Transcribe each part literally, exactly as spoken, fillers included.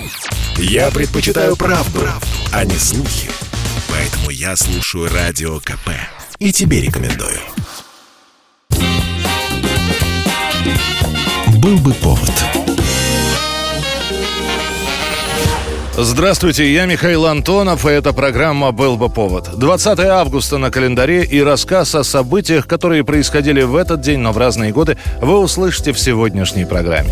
Я предпочитаю правду, правду, а не слухи. Поэтому я слушаю Радио КП. И тебе рекомендую. Был бы повод. Здравствуйте, я Михаил Антонов, и эта программа «Был бы повод». двадцатое августа на календаре, и рассказ о событиях, которые происходили в этот день, но в разные годы, вы услышите в сегодняшней программе.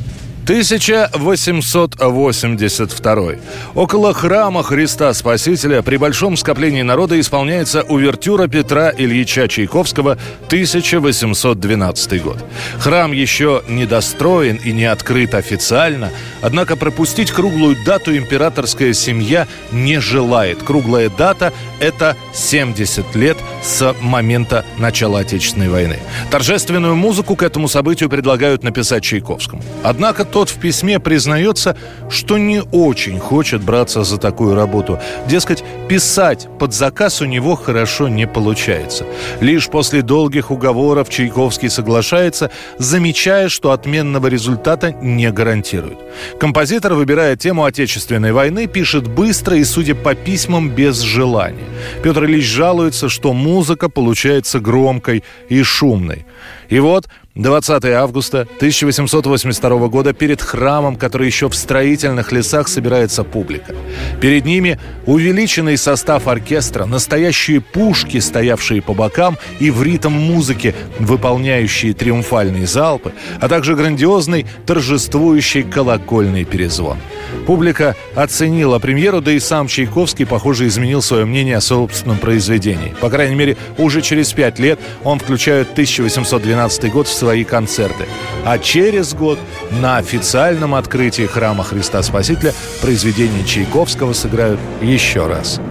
тысяча восемьсот восемьдесят второй. Около храма Христа Спасителя при большом скоплении народа исполняется увертюра Петра Ильича Чайковского тысяча восемьсот двенадцатый год. Храм еще не достроен и не открыт официально, однако пропустить круглую дату императорская семья не желает. Круглая дата – это семьдесят лет с момента начала Отечественной войны. Торжественную музыку к этому событию предлагают написать Чайковскому. Однако тот в письме признается, что не очень хочет браться за такую работу. Дескать, писать под заказ у него хорошо не получается. Лишь после долгих уговоров Чайковский соглашается, замечая, что отменного результата не гарантирует. Композитор, выбирая тему Отечественной войны, пишет быстро и, судя по письмам, без желания. Петр Ильич жалуется, что музыка получается громкой и шумной. И вот двадцатое августа тысяча восемьсот восемьдесят второго года перед храмом, который еще в строительных лесах, собирается публика. Перед ними увеличенный состав оркестра, настоящие пушки, стоявшие по бокам и в ритм музыки, выполняющие триумфальные залпы, а также грандиозный торжествующий колокольный перезвон. Публика оценила премьеру, да и сам Чайковский, похоже, изменил свое мнение о собственном произведении. По крайней мере, уже через пять лет он включает тысяча восемьсот двенадцатый год в свои концерты. А через год на официальном открытии храма Христа Спасителя произведение Чайковского сыграют еще раз.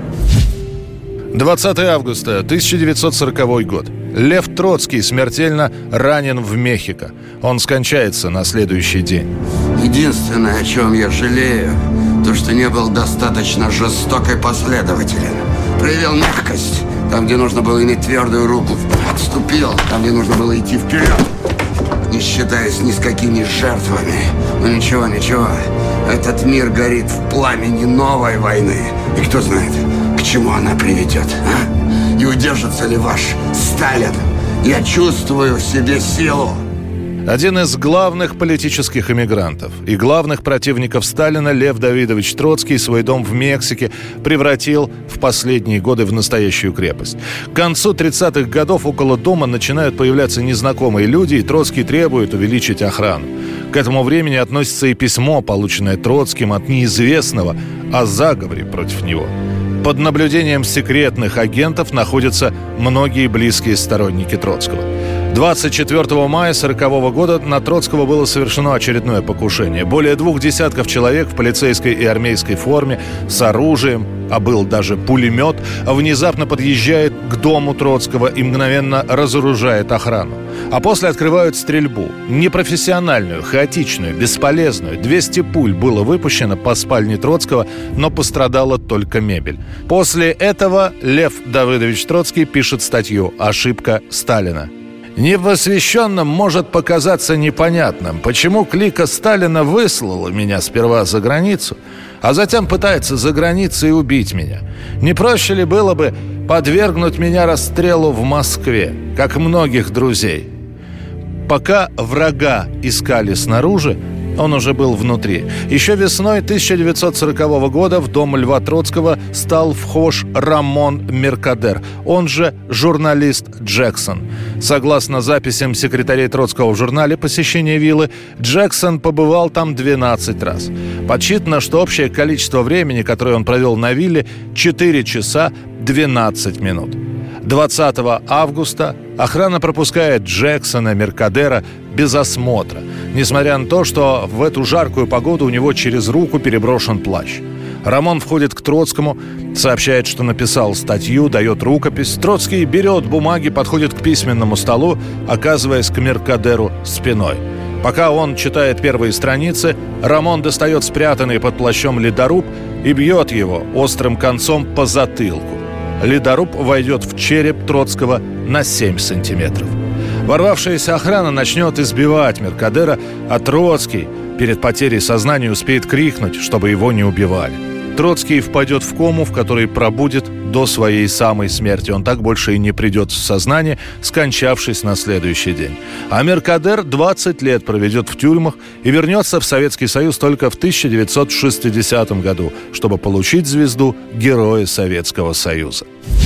двадцатое августа тысяча девятьсот сороковой год. Лев Троцкий смертельно ранен в Мехико. Он скончается на следующий день. Единственное, о чем я жалею, то, что не был достаточно жесток и последователен. Проявил мягкость там, где нужно было иметь твердую руку. Отступил там, где нужно было идти вперед, не считаясь ни с какими жертвами. Но ничего, ничего. Этот мир горит в пламени новой войны. И кто знает, к чему она приведет, а? И удержится ли ваш Сталин? Я чувствую в себе силу. Один из главных политических эмигрантов и главных противников Сталина, Лев Давидович Троцкий, свой дом в Мексике превратил в последние годы в настоящую крепость. К концу тридцатых годов около дома начинают появляться незнакомые люди, и Троцкий требует увеличить охрану. К этому времени относится и письмо, полученное Троцким от неизвестного о заговоре против него. Под наблюдением секретных агентов находятся многие близкие сторонники Троцкого. двадцать четвёртого мая сорокового года на Троцкого было совершено очередное покушение. Более двух десятков человек в полицейской и армейской форме с оружием, а был даже пулемет, внезапно подъезжает к дому Троцкого и мгновенно разоружает охрану. А после открывают стрельбу. Непрофессиональную, хаотичную, бесполезную. двести пуль было выпущено по спальне Троцкого, но пострадала только мебель. После этого Лев Давыдович Троцкий пишет статью «Ошибка Сталина». Непосвященным может показаться непонятным, почему клика Сталина выслала меня сперва за границу, а затем пытается за границей убить меня. Не проще ли было бы подвергнуть меня расстрелу в Москве, как многих друзей? Пока врага искали снаружи, он уже был внутри. Еще весной тысяча девятьсот сорокового года в дом Льва Троцкого стал вхож Рамон Меркадер, он же журналист Джексон. Согласно записям секретарей Троцкого в журнале «Посещение виллы», Джексон побывал там двенадцать раз. Подсчитано, что общее количество времени, которое он провел на вилле, четыре часа двенадцать минут. двадцатого августа охрана пропускает Джексона Меркадера без осмотра, несмотря на то, что в эту жаркую погоду у него через руку переброшен плащ. Рамон входит к Троцкому, сообщает, что написал статью, дает рукопись. Троцкий берет бумаги, подходит к письменному столу, оказываясь к Меркадеру спиной. Пока он читает первые страницы, Рамон достает спрятанный под плащом ледоруб и бьет его острым концом по затылку. Ледоруб войдет в череп Троцкого на семь сантиметров. Ворвавшаяся охрана начнет избивать Меркадера, а Троцкий перед потерей сознания успеет крикнуть, чтобы его не убивали. Троцкий впадет в кому, в которой пробудет до своей самой смерти. Он так больше и не придет в сознание, скончавшись на следующий день. А Меркадер двадцать лет проведет в тюрьмах и вернется в Советский Союз только в тысяча девятьсот шестидесятом году, чтобы получить звезду Героя Советского Союза.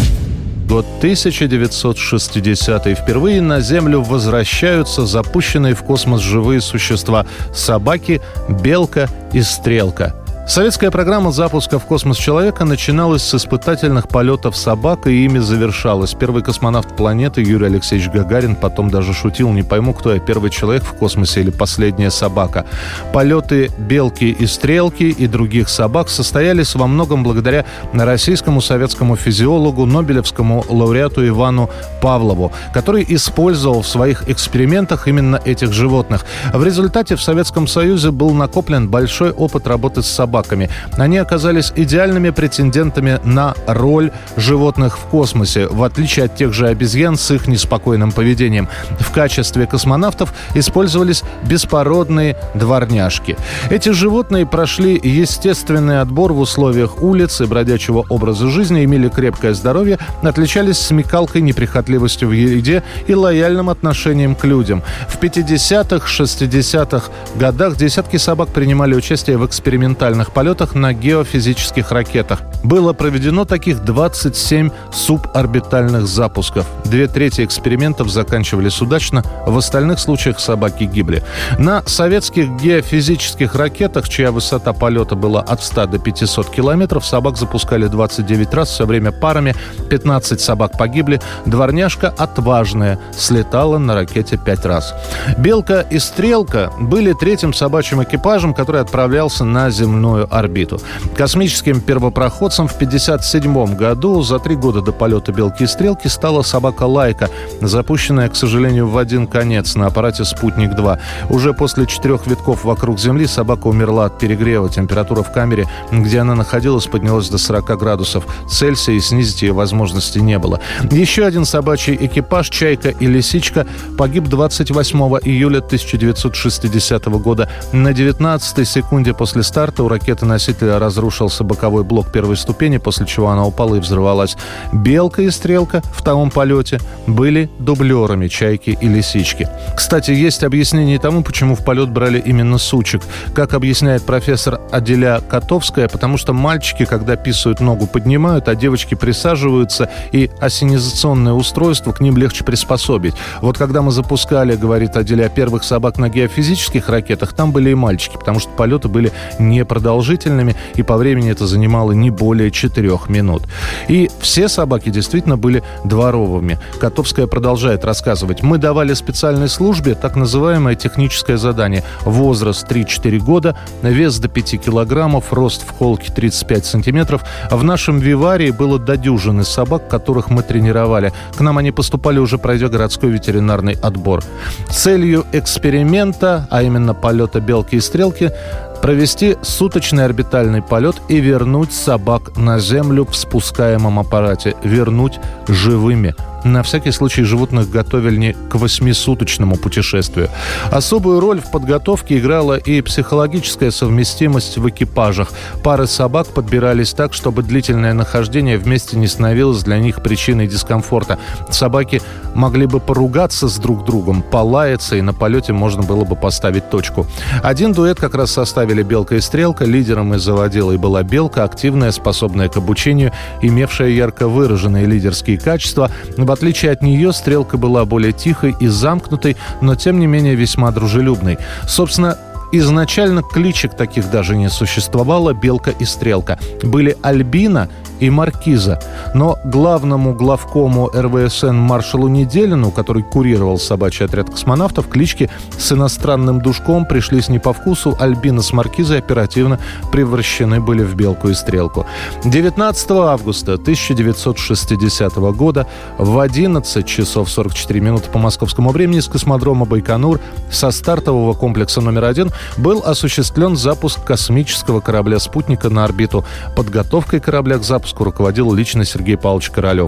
Год тысяча девятьсот шестидесятый. Впервые на Землю возвращаются запущенные в космос живые существа – собаки, белка и стрелка. Советская программа запуска в космос человека начиналась с испытательных полетов собак, и ими завершалась. Первый космонавт планеты Юрий Алексеевич Гагарин потом даже шутил: не пойму, кто я, первый человек в космосе или последняя собака. Полеты белки и стрелки и других собак состоялись во многом благодаря российскому советскому физиологу, нобелевскому лауреату Ивану Павлову, который использовал в своих экспериментах именно этих животных. В результате в Советском Союзе был накоплен большой опыт работы с собаками. Они оказались идеальными претендентами на роль животных в космосе, в отличие от тех же обезьян с их неспокойным поведением. В качестве космонавтов использовались беспородные дворняжки. Эти животные прошли естественный отбор в условиях улиц и бродячего образа жизни, имели крепкое здоровье, отличались смекалкой, неприхотливостью в еде и лояльным отношением к людям. В пятидесятых, шестидесятых годах десятки собак принимали участие в экспериментальных полетах на геофизических ракетах. Было проведено таких двадцать семь суборбитальных запусков. Две трети экспериментов заканчивались удачно, в остальных случаях собаки гибли. На советских геофизических ракетах, чья высота полета была от ста до пятисот километров, собак запускали двадцать девять раз, все время парами, пятнадцать собак погибли. Дворняжка отважная слетала на ракете пять раз. Белка и стрелка были третьим собачьим экипажем, который отправлялся на земную орбиту. Космическим первопроходцем в пятьдесят седьмом году, за три года до полета белки и стрелки, стала собака Лайка, запущенная, к сожалению, в один конец на аппарате «Спутник-два». Уже после четырех витков вокруг Земли собака умерла от перегрева. Температура в камере, где она находилась, поднялась до сорока градусов Цельсия, и снизить ее возможности не было. Еще один собачий экипаж, Чайка и Лисичка, погиб двадцать восьмого июля тысяча девятьсот шестидесятого года. На девятнадцатой секунде после старта у ракеты-носителя разрушился боковой блок первой ступени, после чего она упала и взорвалась. Белка и стрелка в том полете были дублерами Чайки и Лисички. Кстати, есть объяснение тому, почему в полет брали именно сучек. Как объясняет профессор Аделя Котовская, потому что мальчики, когда писают, ногу поднимают, а девочки присаживаются, и ассенизационное устройство к ним легче приспособить. Вот когда мы запускали, говорит Аделя, первых собак на геофизических ракетах, там были и мальчики, потому что полеты были непродолжительными, и по времени это занимало не более четырех минут. И все собаки действительно были дворовыми. Котовская продолжает рассказывать: мы давали специальной службе так называемое техническое задание. Возраст три-четыре года, вес до пяти килограммов, рост в холке тридцать пять сантиметров. В нашем виварии было до дюжины собак, которых мы тренировали. К нам они поступали, уже пройдя городской ветеринарный отбор. Целью эксперимента, а именно полета белки и стрелки, провести суточный орбитальный полет и вернуть собак на Землю в спускаемом аппарате. Вернуть живыми. На всякий случай животных готовили к восьмисуточному путешествию. Особую роль в подготовке играла и психологическая совместимость в экипажах. Пары собак подбирались так, чтобы длительное нахождение вместе не становилось для них причиной дискомфорта. Собаки могли бы поругаться с друг другом, полаяться, и на полете можно было бы поставить точку. Один дуэт как раз составили белка и стрелка. Лидером и заводилой была белка, активная, способная к обучению, имевшая ярко выраженные лидерские качества. В отличие от нее, стрелка была более тихой и замкнутой, но тем не менее весьма дружелюбной. Собственно, изначально кличек таких даже не существовало. Белка и стрелка. Были Альбина и Маркиза. Но главному главкому эр вэ эс эн маршалу Неделину, который курировал собачий отряд космонавтов, клички с иностранным душком пришлись не по вкусу. Альбина с Маркизой оперативно превращены были в белку и стрелку. девятнадцатого августа тысяча девятьсот шестидесятого года в одиннадцать часов сорок четыре минуты по московскому времени с космодрома Байконур со стартового комплекса номер один был осуществлен запуск космического корабля-спутника на орбиту. Подготовкой корабля к запуску руководил лично Сергей Павлович Королев.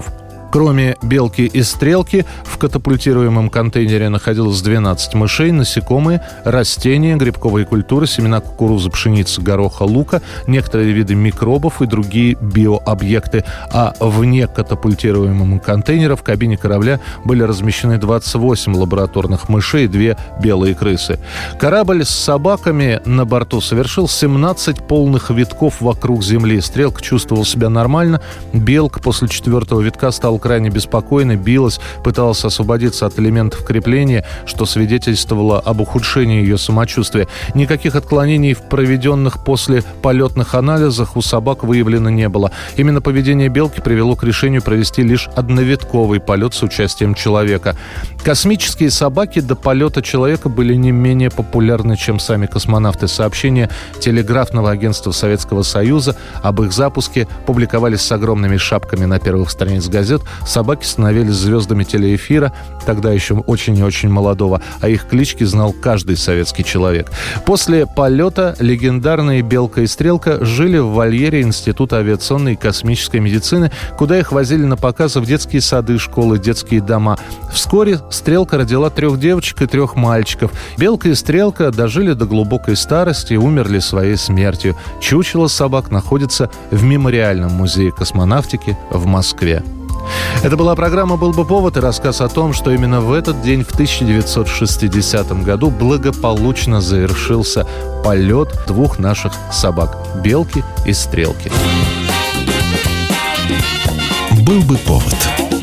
Кроме белки и стрелки, в катапультируемом контейнере находилось двенадцать мышей, насекомые, растения, грибковые культуры, семена кукурузы, пшеницы, гороха, лука, некоторые виды микробов и другие биообъекты. А вне катапультируемого контейнера в кабине корабля были размещены двадцать восемь лабораторных мышей и две белые крысы. Корабль с собаками на борту совершил семнадцать полных витков вокруг Земли. Стрелка чувствовала себя нормально. Белка после четвертого витка стала крайне беспокойной, билась, пыталась освободиться от элементов крепления, что свидетельствовало об ухудшении ее самочувствия. Никаких отклонений в проведенных после полетных анализах у собак выявлено не было. Именно поведение белки привело к решению провести лишь одновитковый полет с участием человека. Космические собаки до полета человека были не менее популярны, чем сами космонавты. Сообщения телеграфного агентства Советского Союза об их запуске публиковались с огромными шапками на первых страницах газет. Собаки становились звездами телеэфира, тогда еще очень и очень молодого, а их клички знал каждый советский человек. После полета легендарные «Белка» и «Стрелка» жили в вольере Института авиационной и космической медицины, куда их возили на показы в детские сады, школы, детские дома. Вскоре «Стрелка» родила трех девочек и трех мальчиков. «Белка» и «Стрелка» дожили до глубокой старости и умерли своей смертью. Чучело собак находится в Мемориальном музее космонавтики в Москве. Это была программа «Был бы повод» и рассказ о том, что именно в этот день, в тысяча девятьсот шестидесятом году, благополучно завершился полет двух наших собак – «Белки» и «Стрелки». «Был бы повод»